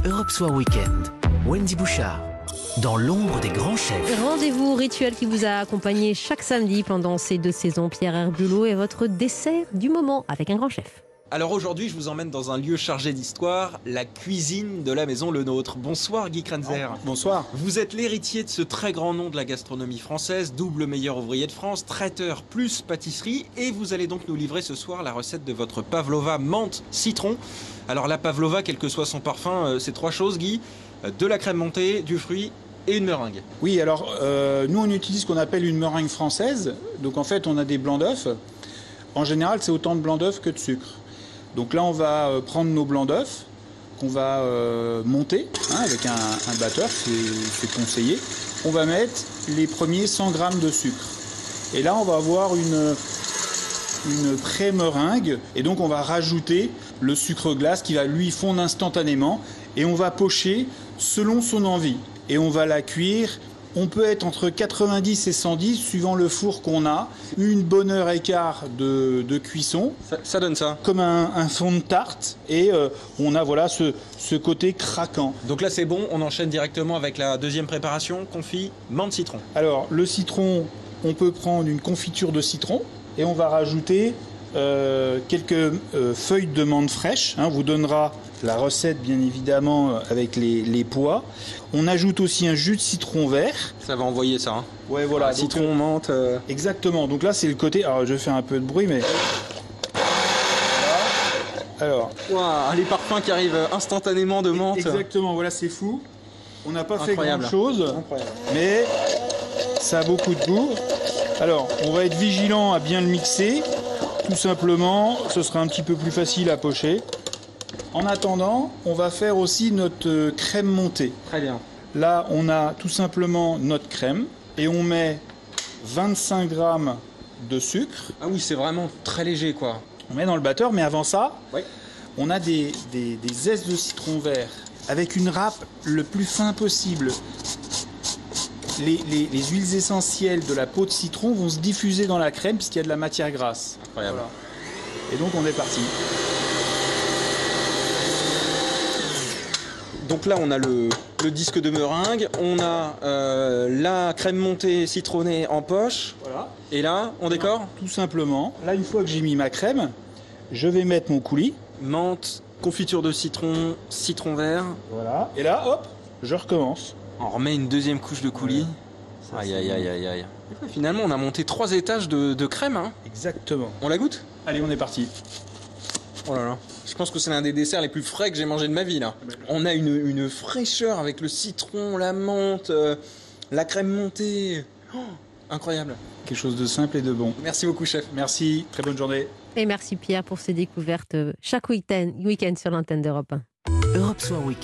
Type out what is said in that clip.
Europe Soir Weekend, Wendy Bouchard, dans l'ombre des grands chefs. Rendez-vous rituel qui vous a accompagné chaque samedi pendant ces 2 saisons. Pierre Herbulot est votre dessert du moment avec un grand chef. Alors aujourd'hui, je vous emmène dans un lieu chargé d'histoire, la cuisine de la maison Le Nôtre. Bonsoir Guy Krenzer. Bonsoir. Vous êtes l'héritier de ce très grand nom de la gastronomie française, double meilleur ouvrier de France, traiteur plus pâtisserie, et vous allez donc nous livrer ce soir la recette de votre pavlova menthe citron. Alors la pavlova, quel que soit son parfum, c'est 3 choses Guy, de la crème montée, du fruit et une meringue. Oui, alors nous on utilise ce qu'on appelle une meringue française. Donc en fait on a des blancs d'œufs. En général c'est autant de blancs d'œufs que de sucre. Donc là on va prendre nos blancs d'œufs qu'on va monter avec un batteur, c'est conseillé. On va mettre les premiers 100 grammes de sucre. Et là on va avoir une pré-meringue et donc on va rajouter le sucre glace qui va lui fondre instantanément et on va pocher selon son envie. Et on va la cuire. On peut être entre 90 et 110 suivant le four qu'on a. Une bonne heure et quart de cuisson. Ça donne ça. Comme un fond de tarte. Et on a voilà ce côté craquant. Donc là c'est bon, on enchaîne directement avec la deuxième préparation, confit menthe citron. Alors le citron, on peut prendre une confiture de citron et on va rajouter quelques feuilles de menthe fraîche. On vous donnera la recette bien évidemment avec les pois. On ajoute aussi un jus de citron vert. Ça va envoyer ça. Ouais, voilà. Citron, menthe. Exactement. Donc là, c'est le côté. Alors, je vais faire un peu de bruit, mais. Alors. Wow, les parfums qui arrivent instantanément de menthe. Exactement. Voilà, c'est fou. On n'a pas Incroyable. fait grand-chose, mais ça a beaucoup de goût. Alors, on va être vigilant à bien le mixer. Tout simplement, ce sera un petit peu plus facile à pocher. En attendant, on va faire aussi notre crème montée. Très bien. Là, on a tout simplement notre crème et on met 25 grammes de sucre. Ah oui, c'est vraiment très léger quoi. On met dans le batteur, mais avant ça, Oui. on a des zestes de citron vert avec une râpe le plus fin possible. Les huiles essentielles de la peau de citron vont se diffuser dans la crème puisqu'il y a de la matière grasse. Incroyable. Voilà. Et donc on est parti. Donc là on a le disque de meringue, on a la crème montée citronnée en poche. Voilà. Et là, on décore. Tout simplement. Là, une fois que j'ai mis ma crème, je vais mettre mon coulis. Menthe, confiture de citron, citron vert. Voilà. Et là, hop, je recommence. On remet une deuxième couche de coulis. Ça, Aïe c'est aïe bon. aïe aïe aïe. Et ouais, finalement on a monté 3 étages de crème. Hein. Exactement. On la goûte? Allez, on est parti. Oh là là. Je pense que c'est l'un des desserts les plus frais que j'ai mangé de ma vie là. On a une fraîcheur avec le citron, la menthe, la crème montée. Oh, incroyable. Quelque chose de simple et de bon. Merci beaucoup chef. Merci, très bonne journée. Et merci Pierre pour ces découvertes chaque week-end sur l'antenne d'Europe 1. Europe Soir Weekend.